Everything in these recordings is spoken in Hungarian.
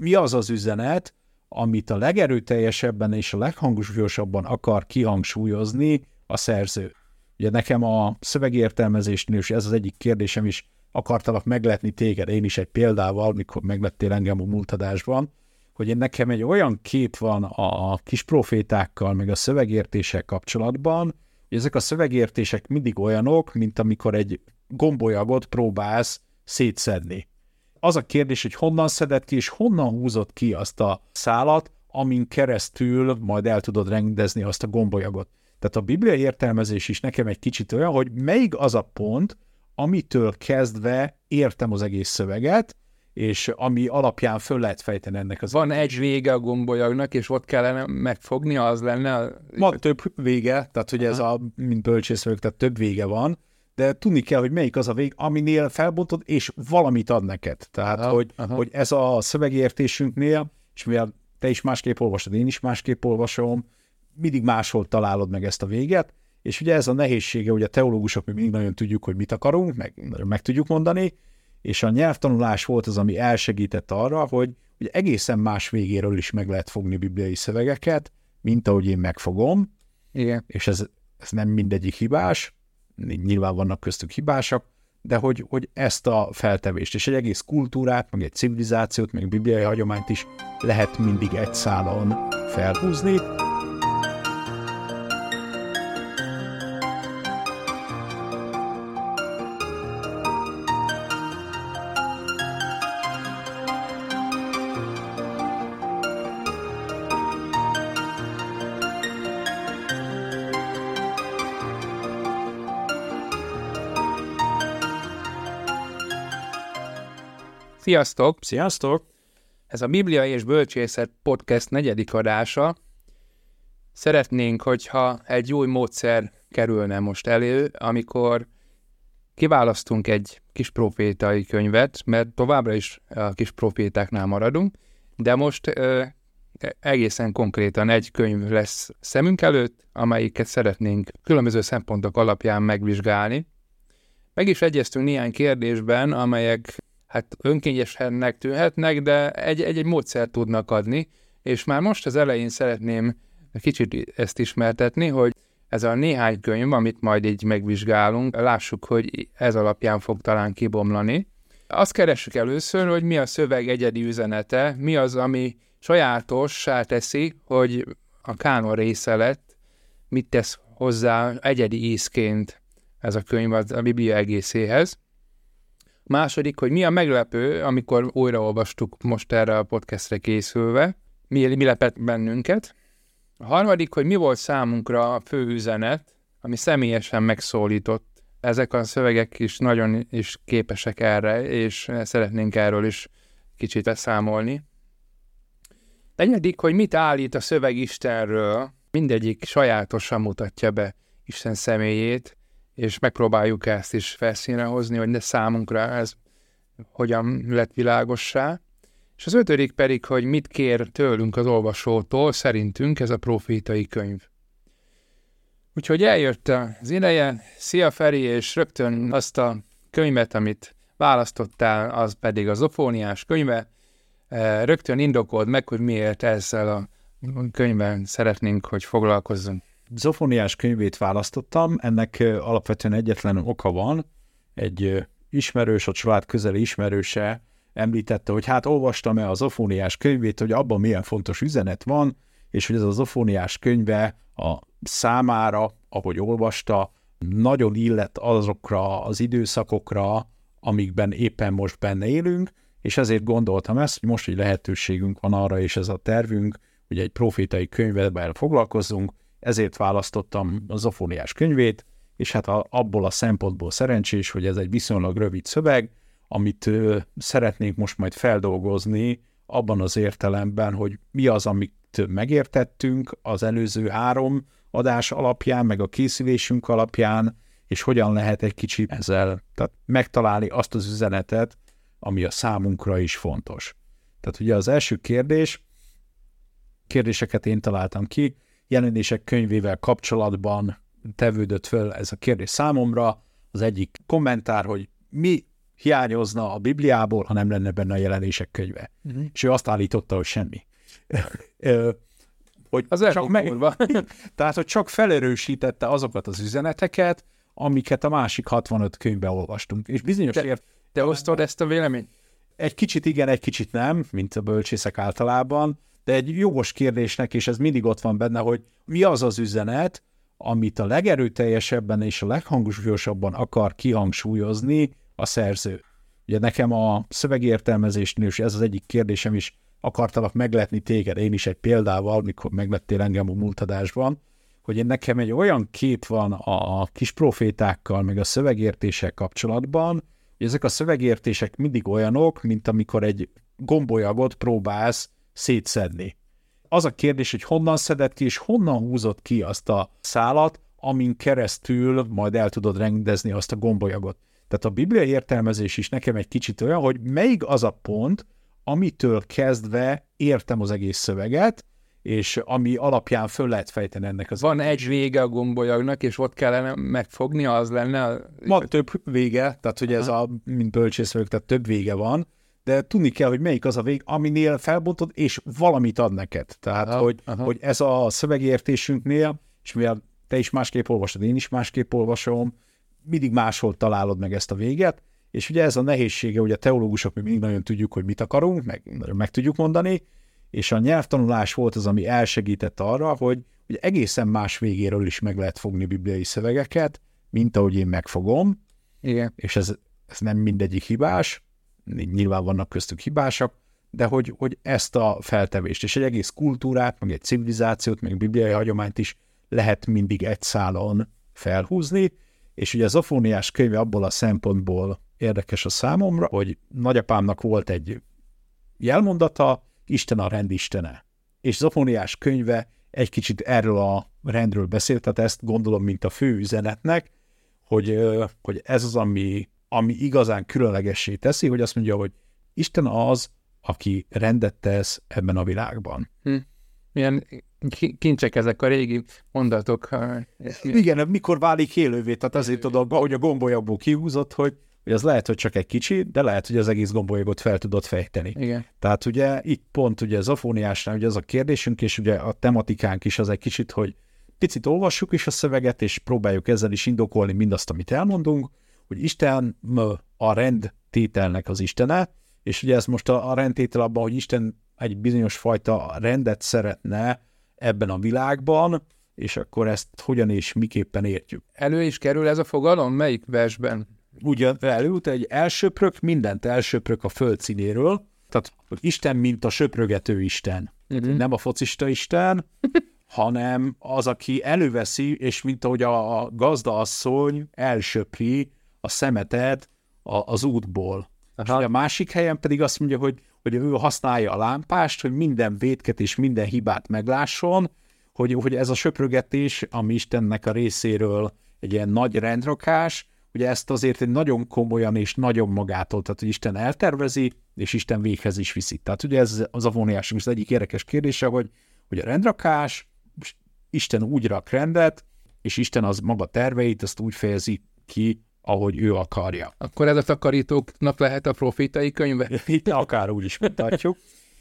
mi az az üzenet, amit a legerőteljesebben és a leghangsúlyosabban akar kihangsúlyozni a szerző. Ugye nekem a szövegértelmezésnél is ez az egyik kérdésem is, akartalak megletni téged, én is egy példával, mikor meglettél engem a múlt adásban, hogy nekem egy olyan kép van a kis profétákkal, meg a szövegértéssel kapcsolatban, hogy ezek a szövegértések mindig olyanok, mint amikor egy gombolyagot próbálsz szétszedni. Az a kérdés, hogy honnan szedett ki, és honnan húzott ki azt a szálat, amin keresztül majd el tudod rendezni azt a gombolyagot. Tehát a bibliai értelmezés is nekem egy kicsit olyan, hogy melyik az a pont, amitől kezdve értem az egész szöveget, és ami alapján föl lehet fejteni ennek az... Van egy vége a gombolyagnak, és ott kellene megfogni, az lenne... Van több vége, tehát hogy ez mint bölcsészvők, tehát több vége van, de tudni kell, hogy melyik az a vég, aminél felbontod, és valamit ad neked. Tehát, hogy ez a szövegértésünknél, és mivel te is másképp olvasod, én is másképp olvasom, mindig máshol találod meg ezt a véget, és ugye ez a nehézsége, hogy a teológusok mi mindig nagyon tudjuk, hogy mit akarunk, meg tudjuk mondani, és a nyelvtanulás volt az, ami elsegített arra, hogy egészen más végéről is meg lehet fogni bibliai szövegeket, mint ahogy én megfogom. Igen. És ez nem mindegyik hibás, nyilván vannak köztük hibásak, de hogy ezt a feltevést, és egy egész kultúrát, meg egy civilizációt, meg bibliai hagyományt is lehet mindig egy szálon felhúzni. Sziasztok! Sziasztok! Ez a Biblia és Bölcsészet podcast 4. adása. Szeretnénk, hogyha egy új módszer kerülne most elő, amikor kiválasztunk egy kis profétai könyvet, mert továbbra is a kis profétáknál maradunk, de most egészen konkrétan egy könyv lesz szemünk előtt, amelyiket szeretnénk különböző szempontok alapján megvizsgálni. Meg is egyeztünk néhány kérdésben, amelyek önkényesennek tűnhetnek, de egy módszert tudnak adni, és már most az elején szeretném kicsit ezt ismertetni, hogy ez a néhány könyv, amit majd így megvizsgálunk, lássuk, hogy ez alapján fog talán kibomlani. Azt keressük először, hogy mi a szöveg egyedi üzenete, mi az, ami sajátossá teszi, hogy a kánon része lett, mit tesz hozzá egyedi ízként ez a könyv a Biblia egészéhez. Második, hogy mi a meglepő, amikor újraolvastuk most erre a podcastre készülve, mi lepett bennünket. A harmadik, hogy mi volt számunkra a fő üzenet, ami személyesen megszólított. Ezek a szövegek is nagyon is képesek erre, és szeretnénk erről is kicsit beszámolni. Negyedik, hogy mit állít a szöveg Istenről, mindegyik sajátosan mutatja be Isten személyét, és megpróbáljuk ezt is felszínre hozni, hogy ne számunkra ez hogyan lett világossá. És az ötödik pedig, hogy mit kér tőlünk az olvasótól, szerintünk ez a profétai könyv. Úgyhogy eljött az ideje. Szia Feri, és rögtön azt a könyvet, amit választottál, az pedig a Zofóniás könyve. Rögtön indokold meg, hogy miért ezzel a könyvben szeretnénk, hogy foglalkozzunk. Zofóniás könyvét választottam, ennek alapvetően egyetlen oka van. Egy ismerős, a család közeli ismerőse említette, hogy olvastam-e a Zofóniás könyvét, hogy abban milyen fontos üzenet van, és hogy ez a Zofóniás könyve a számára, ahogy olvasta, nagyon illett azokra az időszakokra, amikben éppen most benne élünk, és ezért gondoltam ezt, hogy most egy lehetőségünk van arra, és ez a tervünk, hogy egy profétai könyvvel foglalkozzunk, ezért választottam a Zofóniás könyvét, és abból a szempontból szerencsés, hogy ez egy viszonylag rövid szöveg, amit szeretnénk most majd feldolgozni abban az értelemben, hogy mi az, amit megértettünk az előző 3 adás alapján, meg a készülésünk alapján, és hogyan lehet egy kicsit ezzel megtalálni azt az üzenetet, ami a számunkra is fontos. Tehát ugye az első kérdéseket én találtam ki, Jelenések könyvével kapcsolatban tevődött föl ez a kérdés számomra. Az egyik kommentár, hogy mi hiányozna a Bibliából, ha nem lenne benne a Jelenések könyve. És ő azt állította, hogy semmi. Hogy az csak tehát, hogy csak felerősítette azokat az üzeneteket, amiket a másik 65 könyvben olvastunk. És bizonyos Te osztod ezt a véleményt? Egy kicsit igen, egy kicsit nem, mint a bölcsészek általában, de egy jogos kérdésnek, és ez mindig ott van benne, hogy mi az az üzenet, amit a legerőteljesebben és a leghangsúlyosabban akar kihangsúlyozni a szerző. Ugye nekem a szövegértelmezésnél, és ez az egyik kérdésem is, akartalak megletni téged, én is egy példával, mikor meglettél engem a múlt adásban, hogy nekem egy olyan kép van a kis profétákkal, meg a szövegértéssel kapcsolatban, hogy ezek a szövegértések mindig olyanok, mint amikor egy gombolyagot próbálsz szétszedni. Az a kérdés, hogy honnan szeded ki, és honnan húzod ki azt a szálat, amin keresztül majd el tudod rendezni azt a gombolyagot. Tehát a bibliai értelmezés is nekem egy kicsit olyan, hogy melyik az a pont, amitől kezdve értem az egész szöveget, és ami alapján föl lehet fejteni ennek az... Van egy vége a gombolyagnak, és ott kellene megfogni, az lenne... Van több vége, tehát hogy ez mint bölcsészvők, tehát több vége van, de tudni kell, hogy melyik az a vég, aminél felbontod, és valamit ad neked. Tehát, hogy ez a szövegértésünknél, és mivel te is másképp olvasod, én is másképp olvasom, mindig máshol találod meg ezt a véget, és ugye ez a nehézsége, hogy a teológusok még mindig nagyon tudjuk, hogy mit akarunk, meg tudjuk mondani, és a nyelvtanulás volt az, ami elsegített arra, hogy egészen más végéről is meg lehet fogni bibliai szövegeket, mint ahogy én megfogom. Igen. És ez nem mindegyik hibás, nyilván vannak köztük hibásak, de hogy ezt a feltevést, és egy egész kultúrát, meg egy civilizációt, meg bibliai hagyományt is lehet mindig egy szálon felhúzni, és ugye az Zofóniás könyve abból a szempontból érdekes a számomra, hogy nagyapámnak volt egy jelmondata, Isten a rend istene. És Zofóniás könyve egy kicsit erről a rendről beszélt, tehát ezt gondolom, mint a fő üzenetnek, hogy ez az, ami igazán különlegessé teszi, hogy azt mondja, hogy Isten az, aki rendet tesz ebben a világban. Milyen kincsek ezek a régi mondatok. Igen, mikor válik élővé, tehát azért tudom, hogy a gombolyagból kihúzott, hogy az lehet, hogy csak egy kicsi, de lehet, hogy az egész gombolyagot fel tudod fejteni. Igen. Tehát ugye itt pont ugye Zofóniásnál ugye az a kérdésünk, és ugye a tematikánk is az egy kicsit, hogy picit olvassuk is a szöveget, és próbáljuk ezzel is indokolni mindazt, amit elmondunk, hogy Isten a rendtételnek az istene, és ugye ez most a rendtétel abban, hogy Isten egy bizonyos fajta rendet szeretne ebben a világban, és akkor ezt hogyan és miképpen értjük. Elő is kerül ez a fogalom? Melyik versben? Ugye előtt egy elsöprök, mindent elsöprök a föld színéről, tehát hogy Isten, mint a söprögető Isten. Nem a focista Isten, hanem az, aki előveszi, és mint ahogy a gazdaasszony elsöpri a szemetet az útból. És a másik helyen pedig azt mondja, hogy ő használja a lámpást, hogy minden vétket és minden hibát meglásson, hogy ez a söprögetés, ami Istennek a részéről egy ilyen nagy rendrakás, ugye ezt azért egy nagyon komolyan és nagyon magától, tehát hogy Isten eltervezi, és Isten véghez is viszi. Tehát ugye ez az Zofóniásnak is az egyik érdekes kérdése, hogy a rendrakás, Isten úgy rak rendet, és Isten az maga terveit, azt úgy fejezi ki, ahogy ő akarja. Akkor ez a takarítóknak lehet a profétai könyve? Itt akár úgy is mutatjuk.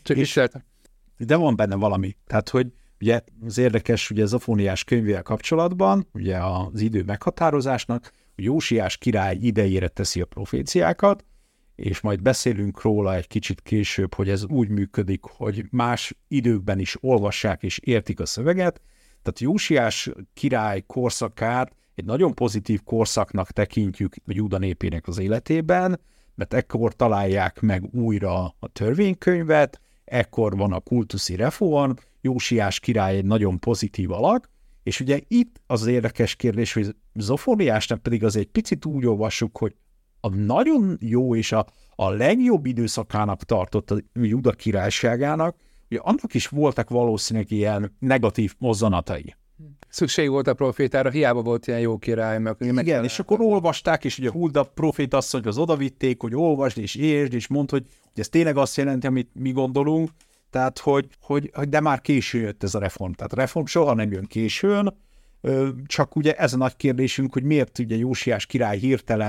De van benne valami. Tehát, hogy ugye az érdekes, ugye Zofóniás könyvével kapcsolatban, ugye az idő meghatározásnak, hogy Jósiás király idejére teszi a proféciákat, és majd beszélünk róla egy kicsit később, hogy ez úgy működik, hogy más időkben is olvassák és értik a szöveget. Tehát Jósiás király korszakát egy nagyon pozitív korszaknak tekintjük a Júda népének az életében, mert ekkor találják meg újra a törvénykönyvet, ekkor van a kultuszi reform, Jósiás király egy nagyon pozitív alak, és ugye itt az érdekes kérdés, hogy Zofóniásnak pedig az egy picit úgy olvassuk, hogy a nagyon jó és a legjobb időszakának tartott a Júda királyságának, ugye annak is voltak valószínűleg ilyen negatív mozzanatai. Szükség volt a profétára, hiába volt ilyen jó király. Igen, és akkor olvasták, és ugye Hulda profétasszonyhoz odavitték, hogy olvasd és értsd, és mondd, hogy ez tényleg azt jelenti, amit mi gondolunk, tehát hogy de már későn jött ez a reform. Tehát a reform soha nem jön későn, csak ugye ez a nagy kérdésünk, hogy miért ugye Jósiás király hirtelen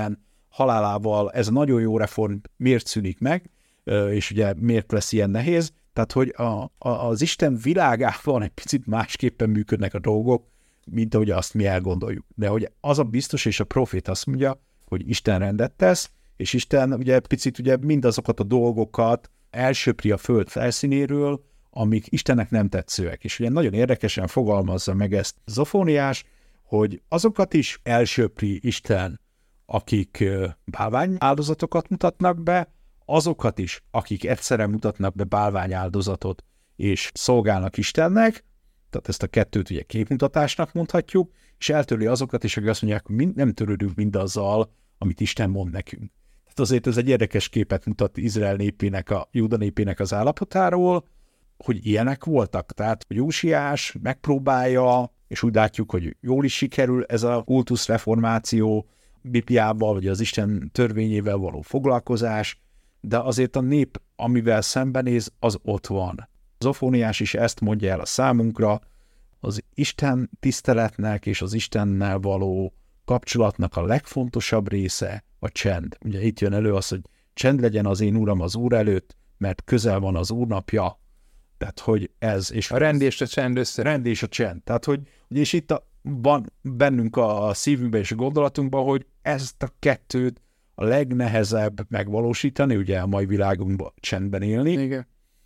halálával ez a nagyon jó reform miért szűnik meg, és ugye miért lesz ilyen nehéz. Tehát, hogy az Isten világában egy picit másképpen működnek a dolgok, mint ahogy azt mi elgondoljuk. De hogy az a biztos, és a profét azt mondja, hogy Isten rendet tesz, és Isten ugye picit ugye mindazokat a dolgokat elsöpri a föld felszínéről, amik Istennek nem tetszőek. És ugye nagyon érdekesen fogalmazza meg ezt Zofóniás, hogy azokat is elsöpri Isten, akik bálvány áldozatokat mutatnak be, azokat is, akik egyszerre mutatnak be bálvány áldozatot és szolgálnak Istennek, tehát ezt a kettőt ugye képmutatásnak mondhatjuk, és eltörli azokat is, akik azt mondják, hogy nem törődünk mindazzal, amit Isten mond nekünk. Tehát azért ez egy érdekes képet mutat Izrael népének, a Júda népének az állapotáról, hogy ilyenek voltak. Tehát, hogy Jósiás megpróbálja, és úgy látjuk, hogy jól is sikerül ez a kultuszreformáció Bibliával, vagy az Isten törvényével való foglalkozás, de azért a nép, amivel szembenéz, az ott van. Zofóniás is ezt mondja el a számunkra, az Isten tiszteletnek és az Istennel való kapcsolatnak a legfontosabb része a csend. Ugye itt jön elő az, hogy csend legyen az én Uram az Úr előtt, mert közel van az Úr napja. Tehát, hogy ez... És a rend és a csend össze. Rend és a csend. Tehát, hogy és itt van bennünk a szívünkben és a gondolatunkban, hogy ezt a kettőt a legnehezebb megvalósítani, ugye a mai világunkban csendben élni. Igen.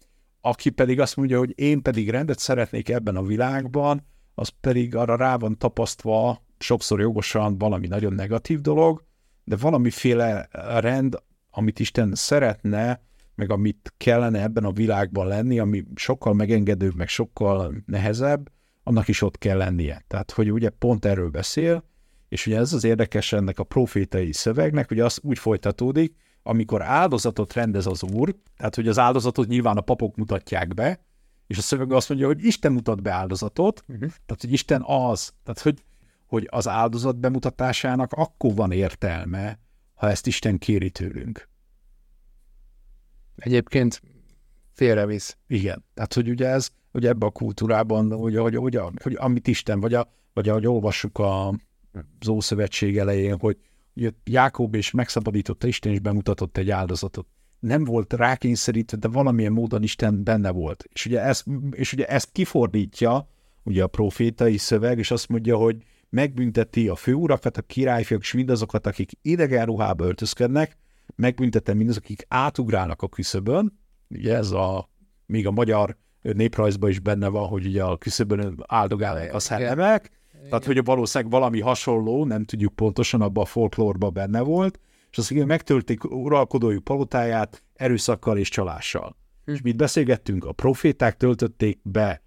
Aki pedig azt mondja, hogy én pedig rendet szeretnék ebben a világban, az pedig arra rá van tapasztva, sokszor jogosan valami nagyon negatív dolog, de valamiféle rend, amit Isten szeretne, meg amit kellene ebben a világban lenni, ami sokkal megengedőbb, meg sokkal nehezebb, annak is ott kell lennie. Tehát, hogy ugye pont erről beszél, és ugye ez az érdekes ennek a profétai szövegnek, hogy az úgy folytatódik, amikor áldozatot rendez az Úr, tehát, hogy az áldozatot nyilván a papok mutatják be, és a szöveg azt mondja, hogy Isten mutat be áldozatot, tehát, hogy Isten az, tehát, hogy az áldozat bemutatásának akkor van értelme, ha ezt Isten kéri tőlünk. Egyébként félrevisz. Igen, tehát, hogy ugye ez, hogy ebben a kultúrában, hogy amit Isten, vagy ahogy olvassuk az Ószövetség elején, hogy ugye Jákob és megszabadította Isten, és bemutatott egy áldozatot. Nem volt rákényszerítve, de valamilyen módon Isten benne volt. És ugye ezt kifordítja ugye a profétai szöveg, és azt mondja, hogy megbünteti a főurakat, a királyfiak, és mindazokat, akik idegen ruhába öltözködnek, megbüntette mindazok, akik átugrálnak a küszöbön. Ugye ez még a magyar néprajzban is benne van, hogy ugye a küszöbön áldogálnak a szellemek, tehát hogy valószínűleg valami hasonló, nem tudjuk pontosan, abban a folklórban benne volt, és azt mondja, megtölték uralkodójuk palotáját erőszakkal és csalással. És mit beszélgettünk? A proféták töltötték be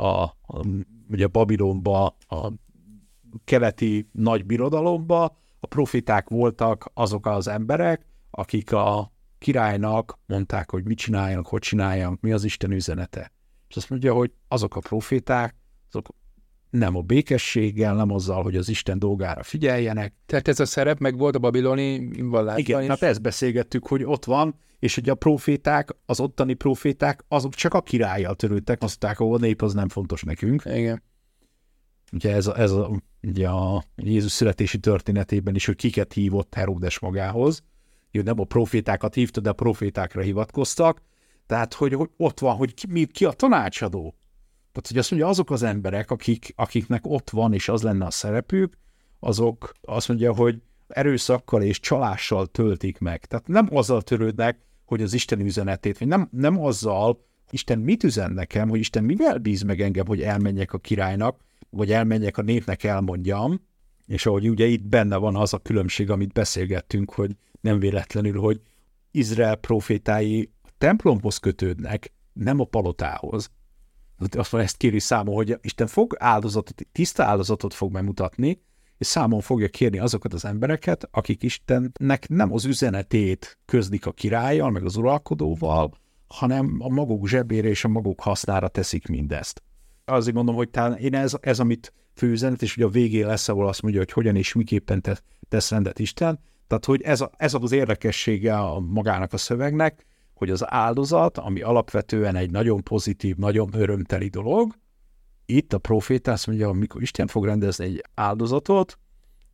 ugye Babilonba, a keleti nagy birodalomba, a proféták voltak azok az emberek, akik a királynak mondták, hogy mit csináljanak, hogy csináljanak, mi az Isten üzenete. És azt mondja, hogy azok a proféták, azok nem a békességgel, nem azzal, hogy az Isten dolgára figyeljenek. Tehát ez a szerep meg volt a babiloni vallásban. Igen, hát ezt beszélgettük, hogy ott van, és hogy a proféták, az ottani proféták, azok csak a királlyal törődtek, azt mondták, hogy a nép az nem fontos nekünk. Igen. Ugye ugye a Jézus születési történetében is, hogy kiket hívott Heródes magához. Nem a profétákat hívta, de a profétákra hivatkoztak. Tehát, hogy ott van, hogy ki a tanácsadó. Tehát, hogy azt mondja, azok az emberek, akiknek ott van, és az lenne a szerepük, azok azt mondja, hogy erőszakkal és csalással töltik meg. Tehát nem azzal törődnek, hogy az Isten üzenetét, vagy nem azzal, Isten mit üzen nekem, hogy Isten mivel bíz meg engem, hogy elmenjek a királynak, vagy elmenjek a népnek, elmondjam, és ahogy ugye itt benne van az a különbség, amit beszélgettünk, hogy nem véletlenül, hogy Izrael profétái a templomhoz kötődnek, nem a palotához. Azt mondja, ezt kéri számon, hogy Isten fog áldozatot, tiszta áldozatot fog megmutatni, és számon fogja kérni azokat az embereket, akik Istennek nem az üzenetét közlik a királlyal, meg az uralkodóval, hanem a maguk zsebére és a maguk hasznára teszik mindezt. Azért mondom, hogy talán én ez amit főüzenet, és ugye a végén lesz, ahol azt mondja, hogy hogyan és miképpen tesz rendet Isten. Tehát, hogy ez az érdekessége a magának a szövegnek, hogy az áldozat, ami alapvetően egy nagyon pozitív, nagyon örömteli dolog, itt a proféta azt mondja, amikor Isten fog rendezni egy áldozatot,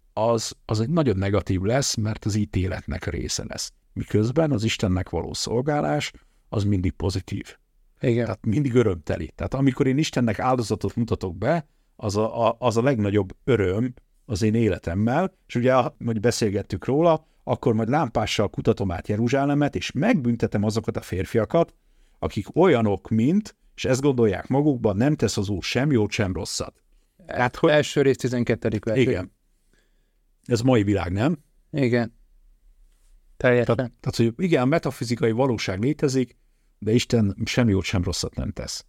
az egy nagyon negatív lesz, mert az ítéletnek része lesz. Miközben az Istennek való szolgálás az mindig pozitív. Igen. Tehát mindig örömteli. Tehát amikor én Istennek áldozatot mutatok be, az a legnagyobb öröm az én életemmel, és ugye, hogy beszélgettük róla, akkor majd lámpással kutatom át Jeruzsálemet, és megbüntetem azokat a férfiakat, akik olyanok, mint, és ezt gondolják magukban, nem tesz az Úr sem jót, sem rosszat. Tehát, hogy... Első rész 12. vers. Igen. Ez mai világ, nem? Igen. Teljesen. Tehát, hogy igen, a metafizikai valóság létezik, de Isten sem jót, sem rosszat nem tesz.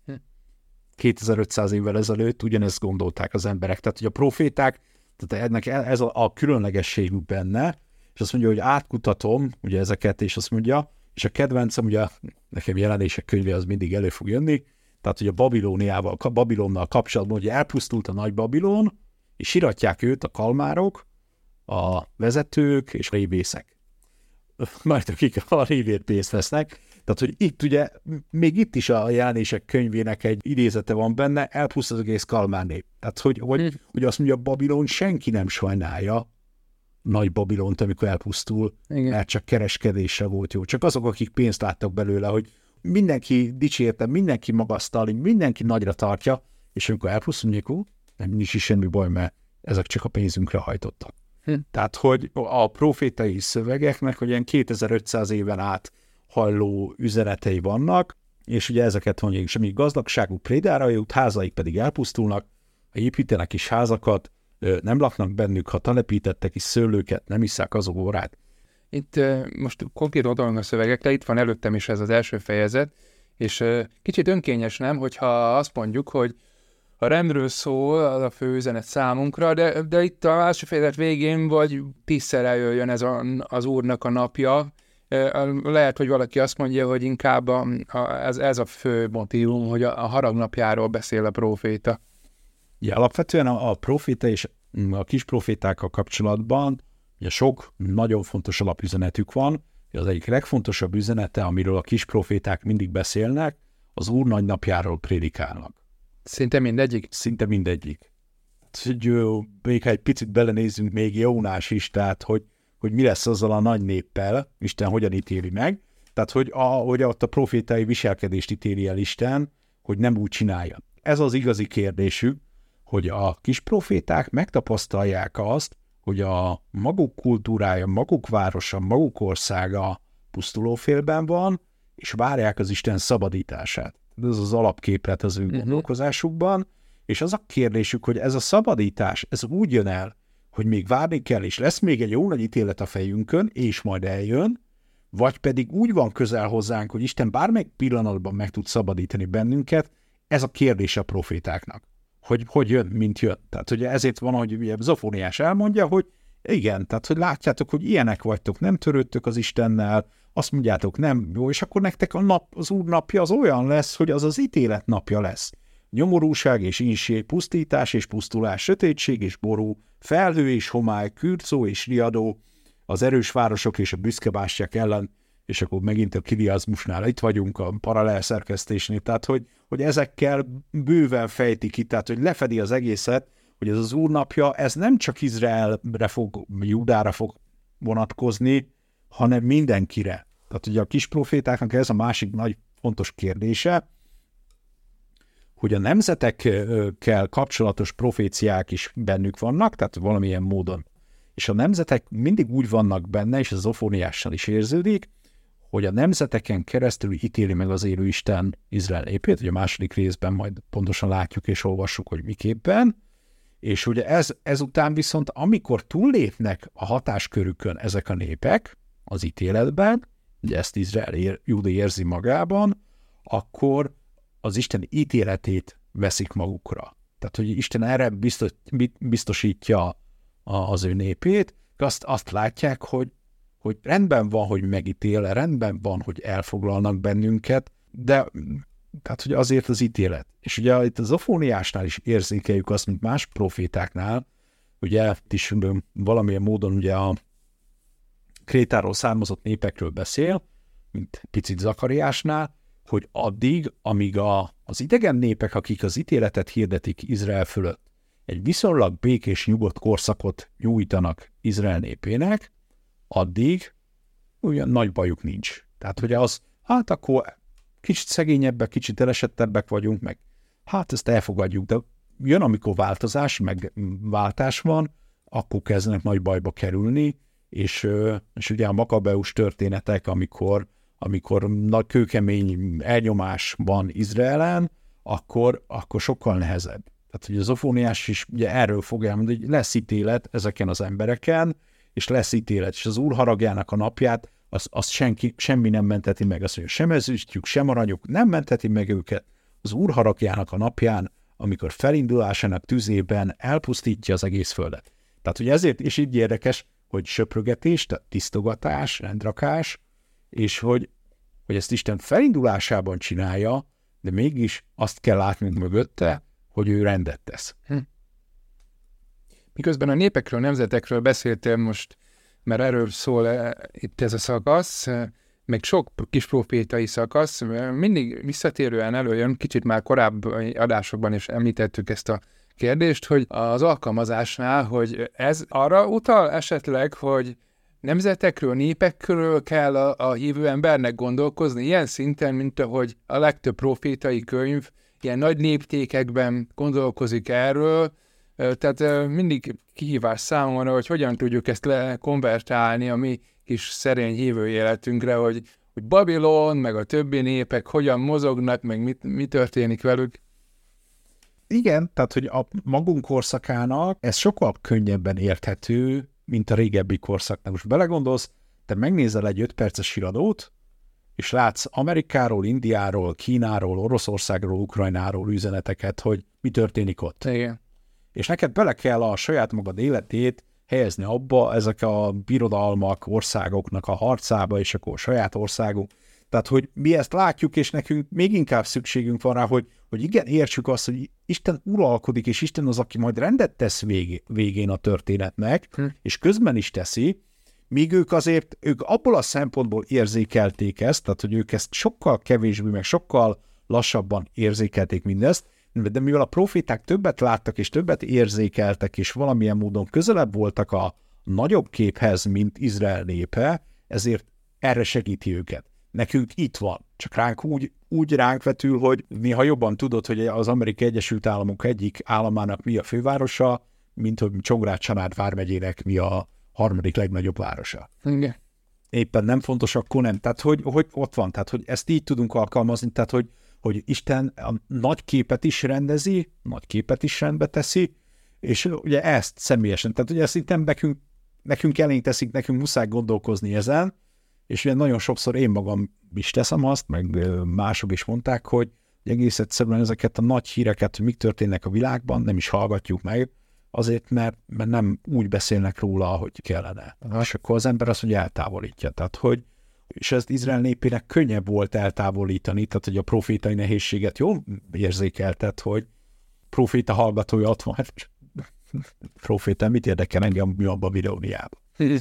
2500 évvel ezelőtt ugyanezt gondolták az emberek. Tehát, hogy a proféták, tehát ennek ez a különlegességük benne, és azt mondja, hogy átkutatom ugye ezeket, és azt mondja, és a kedvencem, ugye nekem Jelenések könyve az mindig elő fog jönni, tehát, hogy a Babilonnal kapcsolatban, hogy elpusztult a nagy Babilon, és siratják őt a kalmárok, a vezetők és a rébészek. Majd akik a révért pénzt vesznek. Tehát, hogy itt ugye, még itt is a Jelenések könyvének egy idézete van benne, elpusztul az egész kalmár nép. Tehát, hogy azt mondja, Babilon senki nem sajnálja nagy Babilont, amikor elpusztul, igen, mert csak kereskedésre volt jó. Csak azok, akik pénzt láttak belőle, hogy mindenki dicsérte, mindenki magasztal, mindenki nagyra tartja, és amikor elpusztul, mondjuk, nem is semmi baj, mert ezek csak a pénzünkre hajtottak. Tehát, hogy a profétai szövegeknek, hogy ilyen 2500 éven át halló üzenetei vannak, és ugye ezeket mondjuk, és amíg gazdagságuk prédára jut, házaik pedig elpusztulnak, ha építenek is házakat, nem laknak bennük, ha telepítettek is szőlőket, nem isszák azok órát. Itt most konkrét oldalon a szövegekre, itt van előttem is ez az első fejezet, és kicsit önkényes nem, hogyha azt mondjuk, hogy a rendről szól az a fő üzenet számunkra, de itt a első fejezet végén vagy 10-szer eljöjjön ez az Úrnak a napja. Lehet, hogy valaki azt mondja, hogy inkább ez a fő motívum, hogy a harag napjáról beszél a próféta. Ja, alapvetően a próféta és a kis profétákkal kapcsolatban ugye sok nagyon fontos alapüzenetük van. Az egyik legfontosabb üzenete, amiről a kis proféták mindig beszélnek, az Úr nagy napjáról prédikálnak. Szinte mindegyik? Szinte mindegyik. Még ha egy picit belenézzünk, még Jónás is, tehát hogy mi lesz azzal a nagy néppel, Isten hogyan ítéli meg, tehát hogy ott a profétai viselkedést ítéli el Isten, hogy nem úgy csinálja. Ez az igazi kérdésük, hogy a kis proféták megtapasztalják azt, hogy a maguk kultúrája, maguk városa, maguk országa pusztulófélben van, és várják az Isten szabadítását. Ez az alapképlet az ő gondolkozásukban, és az a kérdésük, hogy ez a szabadítás, ez úgy jön el, hogy még várni kell, és lesz még egy jó nagy ítélet a fejünkön, és majd eljön, vagy pedig úgy van közel hozzánk, hogy Isten bármelyik pillanatban meg tud szabadítani bennünket, ez a kérdés a profétáknak. Hogy jön, mint jön. Tehát ugye ezért van, hogy ugye Zofóniás elmondja, hogy igen, tehát hogy látjátok, hogy ilyenek vagytok, nem törődtök az Istennel, azt mondjátok, nem jó, és akkor nektek az Úr napja az olyan lesz, hogy az az ítélet napja lesz. Nyomorúság és inség, pusztítás és pusztulás, sötétség és ború, felhő és homály, kürcó és riadó, az erős városok és a büszke bástyák ellen, és akkor megint a kiliazmusnál itt vagyunk a paralel szerkesztésnél, tehát hogy ezekkel bőven fejti ki, tehát hogy lefedi az egészet, hogy ez az Úr napja, ez nem csak Izraelre fog, Júdára fog vonatkozni, hanem mindenkire. Tehát ugye a kis profétáknak ez a másik nagy fontos kérdése, hogy a nemzetekkel kapcsolatos proféciák is bennük vannak, tehát valamilyen módon. És a nemzetek mindig úgy vannak benne, és az Zofóniással is érződik, hogy a nemzeteken keresztül ítéli meg az élő Isten Izrael népét, ugye a második részben majd pontosan látjuk és olvassuk, hogy miképpen, és ugye ezután viszont, amikor túllépnek a hatáskörükön ezek a népek az ítéletben, ugye ezt Izrael Júda érzi magában, akkor az Isten ítéletét veszik magukra. Tehát, hogy Isten erre biztosítja az ő népét, azt látják, hogy rendben van, hogy megítél, rendben van, hogy elfoglalnak bennünket, de tehát, hogy azért az ítélet. És ugye itt a Zofóniásnál is érzékeljük azt, mint más profétáknál, ugye itt is valamilyen módon ugye a Krétáról származott népekről beszél, mint picit Zakariásnál, hogy addig, amíg az idegen népek, akik az ítéletet hirdetik Izrael fölött, egy viszonylag békés, nyugodt korszakot nyújtanak Izrael népének, addig olyan nagy bajuk nincs. Tehát, hogy az, hát akkor kicsit szegényebbek, kicsit elesettebbek vagyunk, meg hát ezt elfogadjuk, de jön, amikor változás, meg váltás van, akkor kezdenek nagy bajba kerülni, és ugye a Makabeus történetek, amikor nagy kőkemény elnyomás van Izraelen, akkor sokkal nehezebb. Tehát, hogy az Zofóniás is ugye erről fog elmondani, hogy lesz ítélet ezeken az embereken, és lesz ítélet, és az Úr haragjának a napját, azt semmi nem menteti meg, azt mondja, sem ezüstjük, sem aranyuk, nem menteti meg őket. Az Úr haragjának a napján, amikor felindulásának tüzében elpusztítja az egész földet. Tehát, hogy ezért is így érdekes, hogy söprögetés, tehát tisztogatás, rendrakás, és hogy ezt Isten felindulásában csinálja, de mégis azt kell látnunk mögötte, hogy ő rendet tesz. Miközben a népekről, nemzetekről beszéltél most, mert erről szól itt ez a szakasz, meg sok kis profétai szakasz, mindig visszatérően előjön, kicsit már korábbi adásokban is említettük ezt a kérdést, hogy az alkalmazásnál, hogy ez arra utal esetleg, hogy nemzetekről, népekről kell a hívő embernek gondolkozni, ilyen szinten, mint ahogy a legtöbb profétai könyv ilyen nagy léptékekben gondolkozik erről, tehát mindig kihívás számomra, hogy hogyan tudjuk ezt lekonvertálni a mi kis szerény hívő életünkre, hogy Babilon, meg a többi népek hogyan mozognak, meg mi történik velük. Igen, tehát, hogy a magunk korszakának ez sokkal könnyebben érthető, mint a régebbi korszaknak. Most belegondolsz, te megnézel egy 5 perces híradót, és látsz Amerikáról, Indiáról, Kínáról, Oroszországról, Ukrajnáról üzeneteket, hogy mi történik ott. Igen. És neked bele kell a saját magad életét helyezni abba, ezek a birodalmak, országoknak a harcába, és akkor a saját országunk. Tehát, hogy mi ezt látjuk, és nekünk még inkább szükségünk van rá, hogy igen, értsük azt, hogy Isten uralkodik, és Isten az, aki majd rendet tesz végén a történetnek, és közben is teszi, míg ők abból a szempontból érzékelték ezt, tehát, hogy ők ezt sokkal kevésbé, meg sokkal lassabban érzékelték mindezt, de mivel a proféták többet láttak, és többet érzékeltek, és valamilyen módon közelebb voltak a nagyobb képhez, mint Izrael népe, ezért erre segíti őket. Nekünk itt van, csak ránk úgy ránk vetül, hogy néha jobban tudod, hogy az Amerikai Egyesült Államok egyik államának mi a fővárosa, mint hogy Csongrád-Csanád vármegyének mi a 3. legnagyobb városa. Igen. Éppen nem fontos, akkor nem. Tehát, hogy ott van, tehát, hogy ezt így tudunk alkalmazni, tehát, hogy Isten a nagy képet is rendezi, nagy képet is rendbe teszi, és ugye ezt személyesen, tehát ugye ezt itt nem nekünk elénk teszik, nekünk muszáj gondolkozni ezen, és ugye nagyon sokszor én magam is teszem azt, meg mások is mondták, hogy egész egyszerűen ezeket a nagy híreket, hogy mik történnek a világban, nem is hallgatjuk meg, azért, mert nem úgy beszélnek róla, ahogy kellene. És akkor az ember azt, hogy eltávolítja. Tehát, hogy és ezt Izrael népének könnyebb volt eltávolítani, tehát, hogy a profétai nehézséget jól érzékeltet, hogy proféta hallgatója ott van. Proféta, mit érdekel engem, mi a Babilóniában?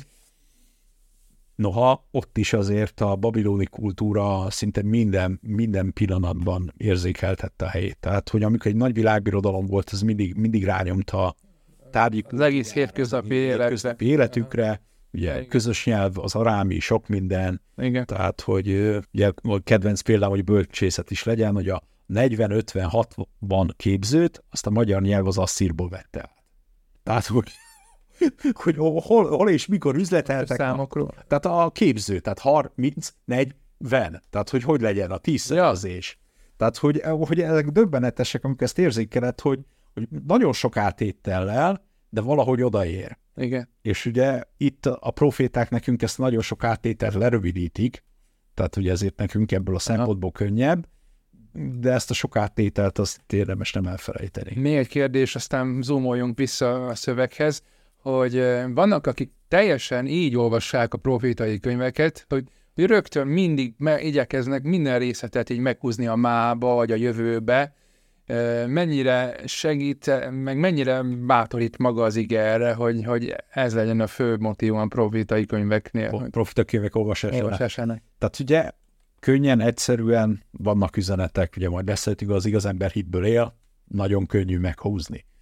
Noha ott is azért a babiloni kultúra szinte minden pillanatban érzékeltette a helyét. Tehát, hogy amikor egy nagy világbirodalom volt, az mindig rányomta az egész hétköznapi életükre, ugye közös nyelv, az arámi, sok minden. Igen. Tehát, hogy ugye kedvenc példám, hogy bölcsészet is legyen, hogy a 40-50-60 képzőt, azt a magyar nyelv az asszírból vette át. Tehát, hogy hol és mikor üzleteltek. Számokról. Tehát a képző, tehát 30, 40. Tehát, hogy legyen a 10 jelzés. Tehát, hogy ezek döbbenetesek, amikor ezt érzékeled, hogy nagyon sok átétellel, de valahogy odaér. Igen. És ugye itt a proféták nekünk ezt nagyon sok átételt lerövidítik, tehát ugye ezért nekünk ebből a szempontból könnyebb, de ezt a sok áttételt azt érdemes nem elfelejteni. Még egy kérdés, aztán zoomoljunk vissza a szöveghez, hogy vannak, akik teljesen így olvassák a profétai könyveket, hogy rögtön mindig igyekeznek minden részletet így meghúzni a mába, vagy a jövőbe, mennyire segít, meg mennyire bátorít maga az ige erre, hogy ez legyen a fő motívum a profétai könyveknél. Profétai könyvek olvasásának. Tehát ugye könnyen, egyszerűen vannak üzenetek, ugye majd beszéltük, az igaz ember hitből él, nagyon könnyű meghúzni.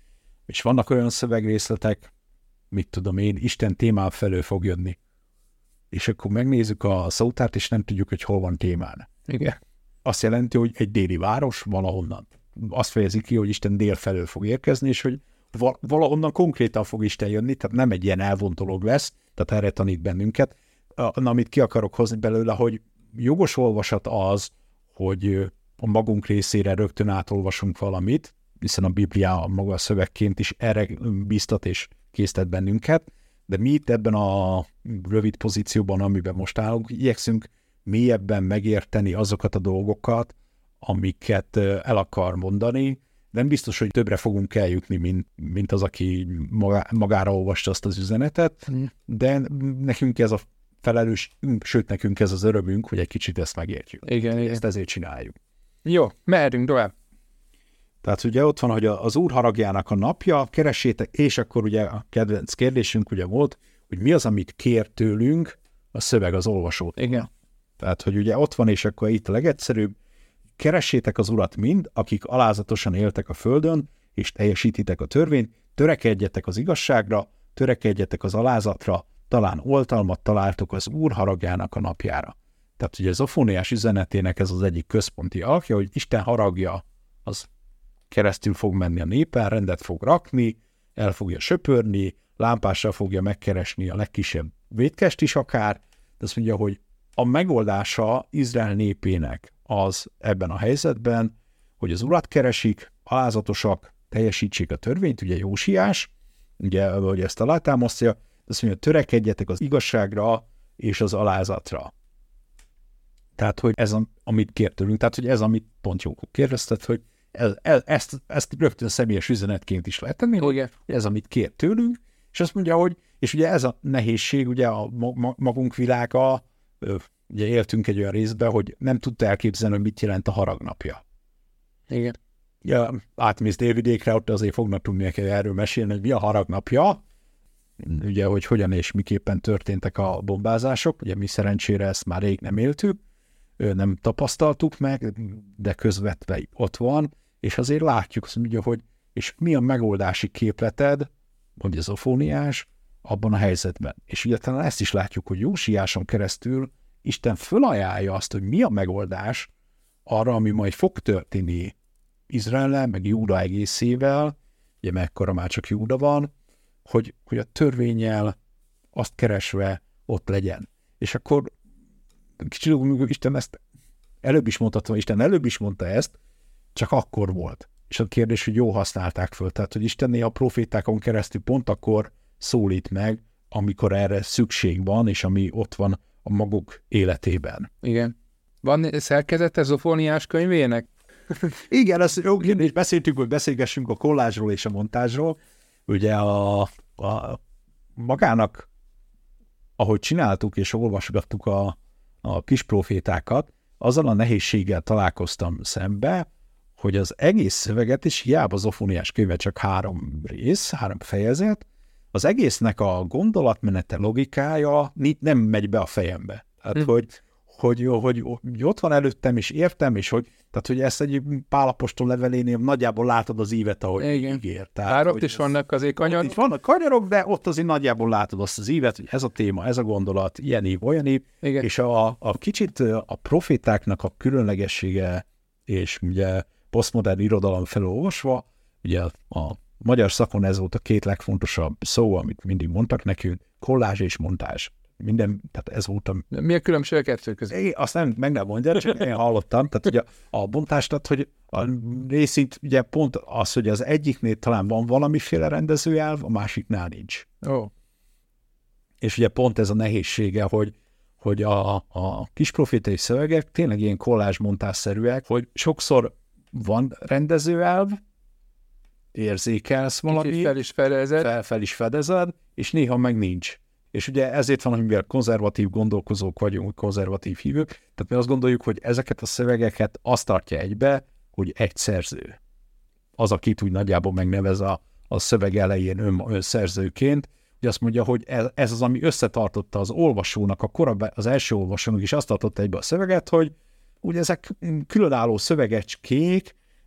És vannak olyan szövegrészletek, mit tudom én, Isten témán felől fog jönni. És akkor megnézzük a szótárt, és nem tudjuk, hogy hol van témán. Igen. Azt jelenti, hogy egy déli város valahonnan. Azt fejezi ki, hogy Isten dél felől fog érkezni, és hogy valahonnan konkrétan fog Isten jönni, tehát nem egy ilyen elvont dolog lesz, tehát erre tanít bennünket. Amit ki akarok hozni belőle, hogy jogos olvasat az, hogy a magunk részére rögtön átolvasunk valamit, hiszen a Biblia maga a szövegként is erre bíztat és késztet bennünket, de mi itt ebben a rövid pozícióban, amiben most állunk, igyekszünk mélyebben megérteni azokat a dolgokat, amiket el akar mondani. Nem biztos, hogy többre fogunk eljutni, mint az, aki magára olvasta azt az üzenetet, de nekünk ez a felelős, sőt nekünk ez az örömünk, hogy egy kicsit ezt megértjük. Igen. Ezt ezért csináljuk. Jó, mehetünk tovább. Tehát ugye ott van, hogy az Úr haragjának a napja, keressétek, és akkor ugye a kedvenc kérdésünk ugye volt, hogy mi az, amit kér tőlünk a szöveg az olvasótól. Igen. Tehát, hogy ugye ott van, és akkor itt a legegyszerűbb, keressétek az Urat mind, akik alázatosan éltek a földön, és teljesítitek a törvényt, törekedjetek az igazságra, törekedjetek az alázatra, talán oltalmat találtok az Úr haragjának a napjára. Tehát ugye az Zofóniás üzenetének ez az egyik központi alkja, hogy Isten haragja az keresztül fog menni a népen, rendet fog rakni, el fogja söpörni, lámpással fogja megkeresni a legkisebb vétkest is akár, de azt mondja, hogy a megoldása Izrael népének az ebben a helyzetben, hogy az Urat keresik, alázatosak, teljesítsék a törvényt, ugye Jósiás, ugye, hogy ezt alátámasztja, azt mondja, törekedjetek az igazságra és az alázatra. Tehát, hogy ez, amit kér tőlünk, tehát, hogy ez, amit pont jó kérdezted, hogy ezt rögtön személyes üzenetként is lehet tenni, hogy ez, amit kér tőlünk, és azt mondja, hogy, és ugye ez a nehézség, ugye a magunk világa, ugye éltünk egy olyan részben, hogy nem tudta elképzelni, hogy mit jelent a haragnapja. Igen. Ja, átmész Délvidékre, ott azért fognak tudni neked erről mesélni, hogy mi a haragnapja, ugye, hogy hogyan és miképpen történtek a bombázások, ugye mi szerencsére ezt már rég nem éltük, nem tapasztaltuk meg, de közvetve ott van, és azért látjuk, azt mondja, hogy és mi a megoldási képleted, mondja Zofóniás, abban a helyzetben. És ugye talán ezt is látjuk, hogy Jósiáson keresztül Isten fölajánlja azt, hogy mi a megoldás arra, ami majd fog történni Izraellel, meg Júda egészével, ugye mekkora már csak Júda van, hogy a törvénnyel azt keresve ott legyen. És akkor kicsit Isten ezt előbb is mondhatom, Isten előbb is mondta ezt, csak akkor volt. És a kérdés, hogy jól használták föl. Tehát, hogy Isten néha a profétákon keresztül pont akkor szólít meg, amikor erre szükség van, és ami ott van a maguk életében. Igen. Van szerkezete Zofóniás könyvének? Igen, ezt jó kérdés. Beszéltünk, hogy beszélgessünk a kollázsról és a montázsról. Ugye a magának, ahogy csináltuk és olvasgattuk a kis profétákat, azzal a nehézséggel találkoztam szembe, hogy az egész szöveget, és hiába Zofóniás könyve csak 3 rész, 3 fejezet, az egésznek a gondolatmenete, logikája nem megy be a fejembe. Tehát, hogy ott van előttem, és értem, és hogy ezt egy Pál apostol levelénél nagyjából látod az ívet, ahogy ígér. Bár ott is vannak azért kanyarok. Ott is vannak kanyarok, de ott azért nagyjából látod azt az ívet, hogy ez a téma, ez a gondolat, ilyen ív, olyan ív, igen. És a kicsit a profétáknak a különlegessége, és ugye posztmodern irodalom felolvasva, ugye a magyar szakon ez volt a 2 legfontosabb szó, amit mindig mondtak nekünk, kollázs és montázs. Minden, tehát ez volt a... Mi a különbség a kettő között? Azt meg nem mondja, csak én hallottam. Tehát ugye a bontás, tehát hogy a részint ugye pont az, hogy az egyiknél talán van valamiféle rendezőelv, a másiknál nincs. És ugye pont ez a nehézsége, hogy a kis profétai szövegek tényleg ilyen kollázs-montázszerűek, hogy sokszor van rendezőelv, érzékelsz valamit, fel is fedezed, és néha meg nincs. És ugye ezért van, hogy mivel konzervatív gondolkozók vagyunk, konzervatív hívők, tehát mi azt gondoljuk, hogy ezeket a szövegeket azt tartja egybe, hogy egy szerző. Az, akit úgy nagyjából megnevez a szöveg elején önszerzőként, hogy azt mondja, hogy ez az, ami összetartotta az olvasónak, az első olvasónak is azt tartotta egybe a szöveget, hogy ugye ezek különálló szövegecskék,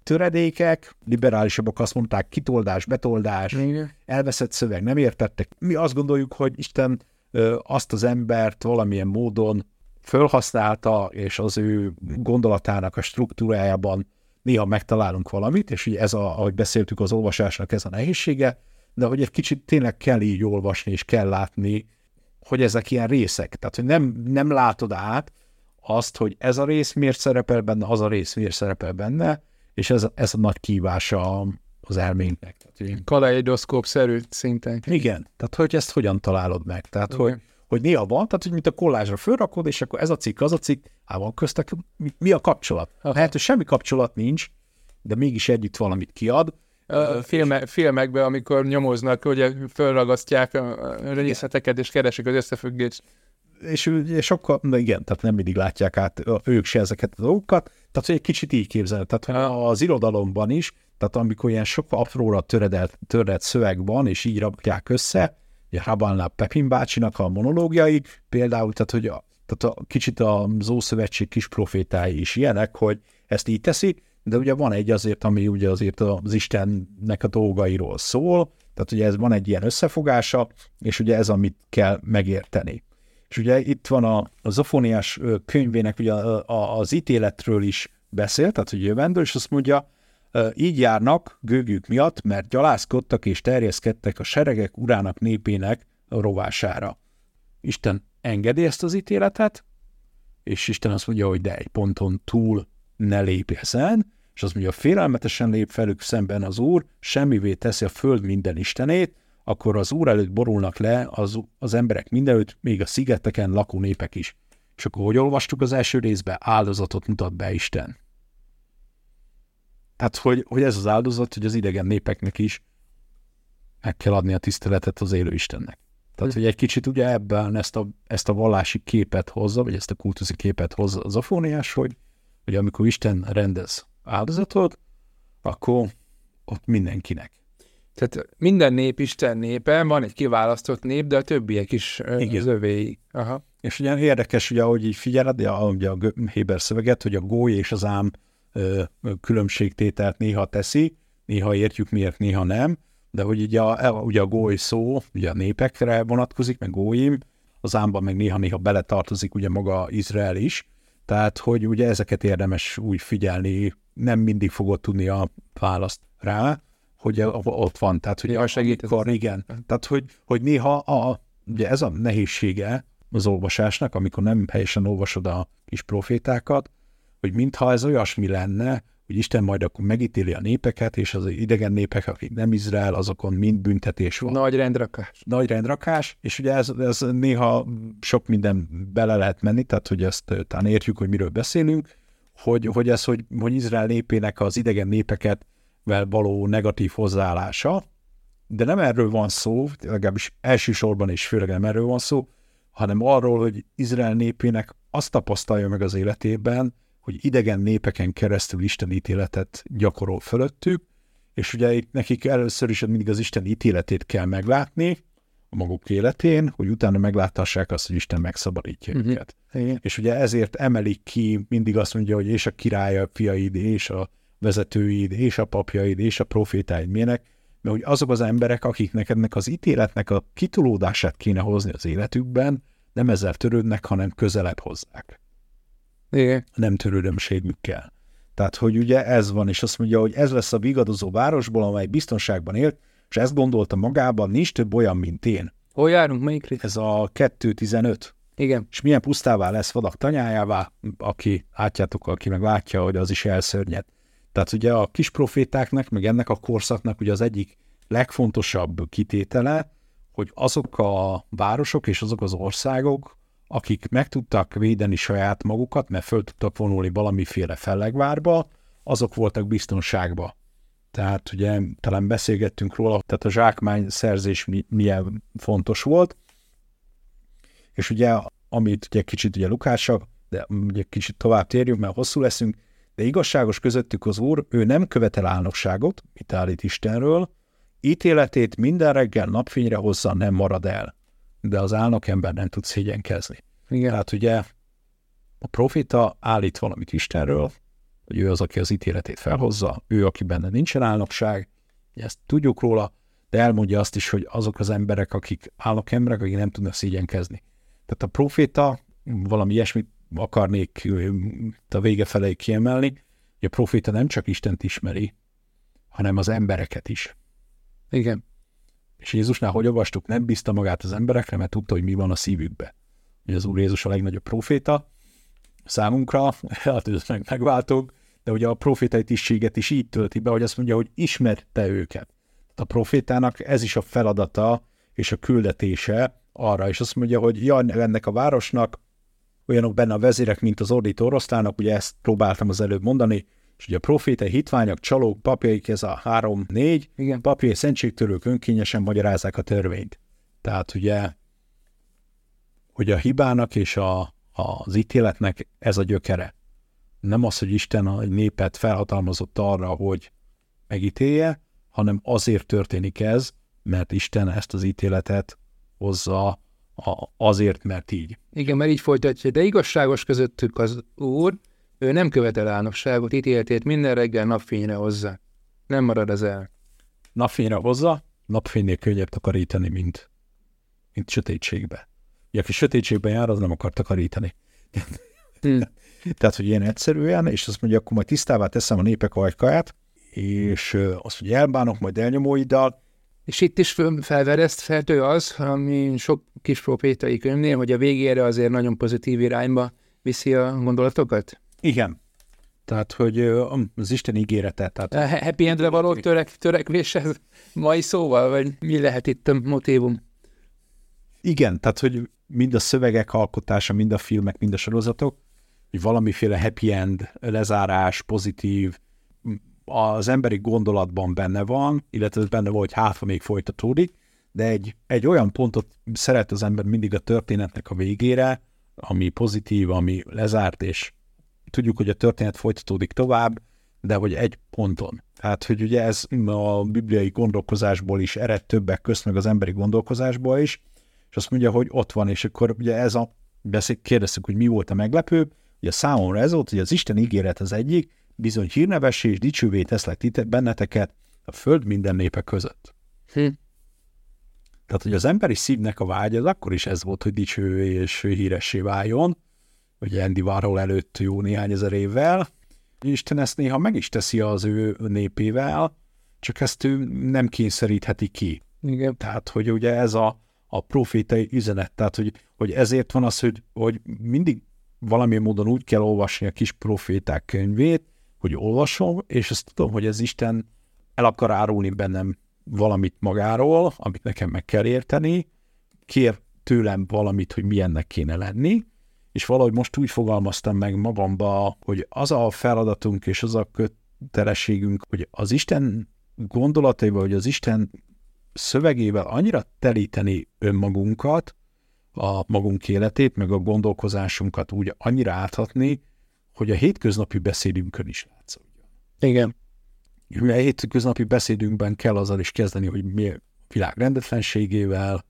töredékek, liberálisabbak azt mondták, kitoldás, betoldás, Igen. elveszett szöveg, nem értettek. Mi azt gondoljuk, hogy Isten azt az embert valamilyen módon fölhasználta, és az ő gondolatának a struktúrájában néha megtalálunk valamit, és ugye ez, ahogy beszéltük, az olvasásnak ez a nehézsége, de hogy egy kicsit tényleg kell így olvasni, és kell látni, hogy ezek ilyen részek. Tehát, hogy nem látod át azt, hogy ez a rész miért szerepel benne, az a rész miért szerepel benne, és ez a nagy kívása az elménknek. Kaleidoszkóp-szerű szinten. Igen, tehát hogy ezt hogyan találod meg? Tehát, hogy néha van, tehát hogy mint a kollázsra fölrakod, és akkor ez a cikk, az a cikk, van köztek, mi a kapcsolat? Lehet, hogy semmi kapcsolat nincs, de mégis együtt valamit kiad. Filmekben, amikor nyomoznak, ugye fölragasztják a részleteket, és keresik az összefüggést. És akkor, igen, tehát nem mindig látják át ők se ezeket a dolgokat, tehát hogy egy kicsit így képzeled, tehát az irodalomban is, tehát amikor ilyen sok apróra töredelt szöveg van, és így rakják össze, ugye Rabánlá Pepin bácsinak a monológiai, például, tehát kicsit az Ószövetség kis profétái is ilyenek, hogy ezt így teszik, de ugye van egy azért, ami ugye azért az Istennek a dolgairól szól, tehát ugye ez van egy ilyen összefogása, és ugye ez, amit kell megérteni. És ugye itt van a Zofóniás könyvének ugye az ítéletről is beszél, tehát hogy jövendő, és azt mondja, így járnak gőgük miatt, mert gyalázkodtak és terjeszkedtek a seregek urának népének a rovására. Isten engedi ezt az ítéletet, és Isten azt mondja, hogy de egy ponton túl ne lépj ezen, és azt mondja, félelmetesen lép felük szemben az Úr, semmivé teszi a föld minden istenét, akkor az Úr előtt borulnak le az emberek mindenütt, még a szigeteken lakó népek is. És akkor, hogy olvastuk az első részben, áldozatot mutat be Isten. Tehát, hogy ez az áldozat, hogy az idegen népeknek is meg kell adni a tiszteletet az élő Istennek. Tehát, hogy egy kicsit ugye ebben ezt a vallási képet hozza, vagy ezt a kultuszi képet hozza az Zofóniás, hogy amikor Isten rendez áldozatot, akkor ott mindenkinek. Tehát minden nép Isten népe, van egy kiválasztott nép, de a többiek is az övéi. Aha. És ugye érdekes, ugye, ahogy így figyeled, ugye a Héber szöveget, hogy a góly és az ám különbségtételt néha teszi, néha értjük miért, néha nem, de hogy ugye a góly szó ugye a népekre vonatkozik, meg góim, az ámban meg néha-néha beletartozik ugye maga Izrael is, tehát hogy ugye ezeket érdemes úgy figyelni, nem mindig fogod tudni a választ rá, hogy ott van, tehát hogy igen, tehát hogy néha ugye ez a nehézsége az olvasásnak, amikor nem helyesen olvasod a kis profétákat, hogy mintha ez olyasmi lenne, hogy Isten majd akkor megítéli a népeket, és az idegen népek, akik nem Izrael, azokon mind büntetés van. Nagy rendrakás, és ugye ez néha sok minden bele lehet menni, tehát hogy ezt talán értjük, hogy miről beszélünk, hogy Izrael népének az idegen népeket való negatív hozzáállása, de nem erről van szó, legalábbis elsősorban és főleg nem erről van szó, hanem arról, hogy Izrael népének azt tapasztalja meg az életében, hogy idegen népeken keresztül Isten ítéletet gyakorol fölöttük, és ugye itt nekik először is mindig az Isten ítéletét kell meglátni a maguk életén, hogy utána megláthassák azt, hogy Isten megszabadítja őket. Igen. És ugye ezért emelik ki, mindig azt mondja, hogy és a király fiaid, és a vezetőid, és a papjaid, és a profétáid milyenek, mert hogy azok az emberek, akiknek ennek az ítéletnek a kitolódását kéne hozni az életükben, nem ezzel törődnek, hanem közelebb hozzák. Igen. Nem törődömségükkel. Tehát, hogy ugye ez van, és azt mondja, hogy ez lesz a vigadozó városból, amely biztonságban élt, és ezt gondolta magában, nincs több olyan, mint én. Hol járunk, melyik rész? Ez a 2.15. Igen. És milyen pusztává lesz vadak tanyájává, aki meg látja, hogy az is elszörnyed. Tehát ugye a kis profétáknak, meg ennek a korszaknak ugye az egyik legfontosabb kitétele, hogy azok a városok és azok az országok, akik meg tudtak védeni saját magukat, mert föl tudtak vonulni valamiféle fellegvárba, azok voltak biztonságban. Tehát ugye talán beszélgettünk róla, tehát a zsákmány szerzés milyen fontos volt, és ugye amit ugye kicsit ugye Lukácsak, de ugye kicsit tovább térjünk, mert hosszú leszünk, de igazságos közöttük az Úr, ő nem követel álnokságot, mit állít Istenről, ítéletét minden reggel napfényre hozza, nem marad el. De az álnok ember nem tud szégyenkezni. Igen. Tehát ugye a proféta állít valamit Istenről, hogy ő az, aki az ítéletét felhozza, ő, aki benne nincsen álnokság, ezt tudjuk róla, de elmondja azt is, hogy azok az emberek, akik álnokemberek, akik nem tudnak szégyenkezni. Tehát a proféta, valami ilyesmit akarnék a vége felé kiemelni, hogy a proféta nem csak Istent ismeri, hanem az embereket is. Igen. És Jézusnál, hogy olvastuk, nem bízta magát az emberekre, mert tudta, hogy mi van a szívükbe. Hogy az Úr Jézus a legnagyobb proféta számunkra, hát ez megváltunk, de ugye a profétai tisztséget is így tölti be, hogy azt mondja, hogy ismerte őket. A profétának ez is a feladata és a küldetése arra, és azt mondja, hogy ennek a városnak olyanok benne a vezérek, mint az ordító oroszlának, ugye ezt próbáltam az előbb mondani, és ugye a profétai hitványok, csalók, papjaik, ez a 3-4, papjai szentségtörők önkényesen magyarázzák a törvényt. Tehát ugye, hogy a hibának és az ítéletnek ez a gyökere. Nem az, hogy Isten a népet felhatalmazott arra, hogy megítélje, hanem azért történik ez, mert Isten ezt az ítéletet hozza azért, mert így. Igen, mert így folytatja, de igazságos közöttük az Úr, ő nem követel álnokságot, ítéletét minden reggel napfényre hozza. Nem marad az el. Napfényre hozza, napfénynél könnyebb takarítani, mint sötétségbe. Aki sötétségben jár, az nem akar takarítani. Tehát, hogy ilyen egyszerűen, és azt mondja, akkor majd tisztává teszem a népek ajkaját, és azt mondja, elbánok majd elnyomóiddal. És itt is felvedezhető az, ami sok kis profétai könyvnél, hogy a végére azért nagyon pozitív irányba viszi a gondolatokat? Igen. Tehát, hogy az Isten ígérete. Tehát... A happy endre való törekvés ez mai szóval, vagy mi lehet itt a motívum? Igen, tehát, hogy mind a szövegek alkotása, mind a filmek, mind a sorozatok, hogy valamiféle happy end, lezárás, pozitív, az emberi gondolatban benne van, illetve benne van, hogy hátha még folytatódik, de egy olyan pontot szeret az ember mindig a történetnek a végére, ami pozitív, ami lezárt, és tudjuk, hogy a történet folytatódik tovább, de hogy egy ponton. Tehát, hogy ugye ez a bibliai gondolkozásból is ered többek közt, meg az emberi gondolkozásból is, és azt mondja, hogy ott van, és akkor ugye ez kérdeztük, hogy mi volt a meglepő, ugye számomra ez volt, hogy az Isten ígéret az egyik, bizony hírnevessé és dicsővé teszlek benneteket a föld minden népe között. Tehát, hogy az emberi szívnek a vágy, az akkor is ez volt, hogy dicsővé és híressé váljon, ugye Andy Warhol előtt jó néhány ezer évvel. Isten ezt néha meg is teszi az ő népével, csak ezt ő nem kényszerítheti ki. Igen. Tehát, hogy ugye ez a profétai üzenet, tehát, hogy ezért van az, hogy mindig valamilyen módon úgy kell olvasni a kis proféták könyvét, hogy olvasom, és azt tudom, hogy az Isten el akar árulni bennem valamit magáról, amit nekem meg kell érteni, kér tőlem valamit, hogy milyennek kéne lenni, és valahogy most úgy fogalmaztam meg magamba, hogy az a feladatunk és az a kötelességünk, hogy az Isten gondolataival, hogy az Isten szövegével annyira telíteni önmagunkat, a magunk életét, meg a gondolkozásunkat úgy annyira áthatni, hogy a hétköznapi beszédünkön is látszódjon. Igen. A hétköznapi beszédünkben kell azzal is kezdeni, hogy mi a világ rendetlenségével,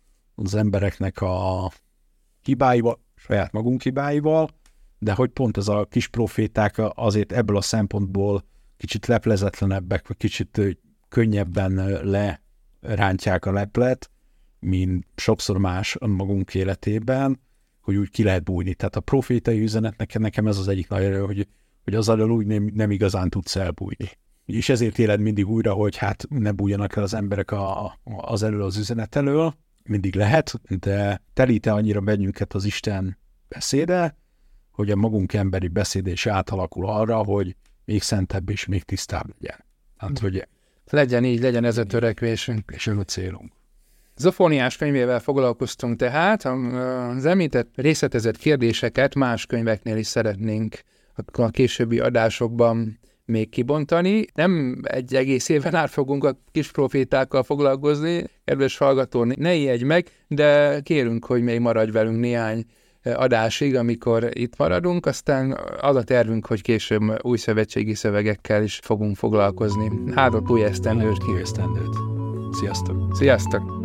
az embereknek a hibáival, saját magunk hibáival, de hogy pont ez a kis proféták azért ebből a szempontból kicsit leplezetlenebbek, vagy kicsit könnyebben lerántják a leplet, mint sokszor más a magunk életében, hogy úgy ki lehet bújni. Tehát a profétai üzenet nekem ez az egyik nagy erő, hogy az alól úgy nem igazán tudsz elbújni. És ezért éled mindig újra, hogy hát ne bújjanak el az emberek az elől az üzenet elől. Mindig lehet, de telíte annyira bennünket az Isten beszéde, hogy a magunk emberi beszéde is átalakul arra, hogy még szentebb és még tisztább legyen. Hát, hogy legyen így, legyen ez a törekvésünk. És ez a célunk. Zofóniás könyvével foglalkoztunk tehát, az említett részletezett kérdéseket más könyveknél is szeretnénk a későbbi adásokban még kibontani. Nem egy egész éven át fogunk a kis profétákkal foglalkozni, kedves hallgató, ne ijedj meg, de kérünk, hogy még maradj velünk néhány adásig, amikor itt maradunk, aztán az a tervünk, hogy később új szövetségi szövegekkel is fogunk foglalkozni. Áldott új esztendőt! Sziasztok! Sziasztok!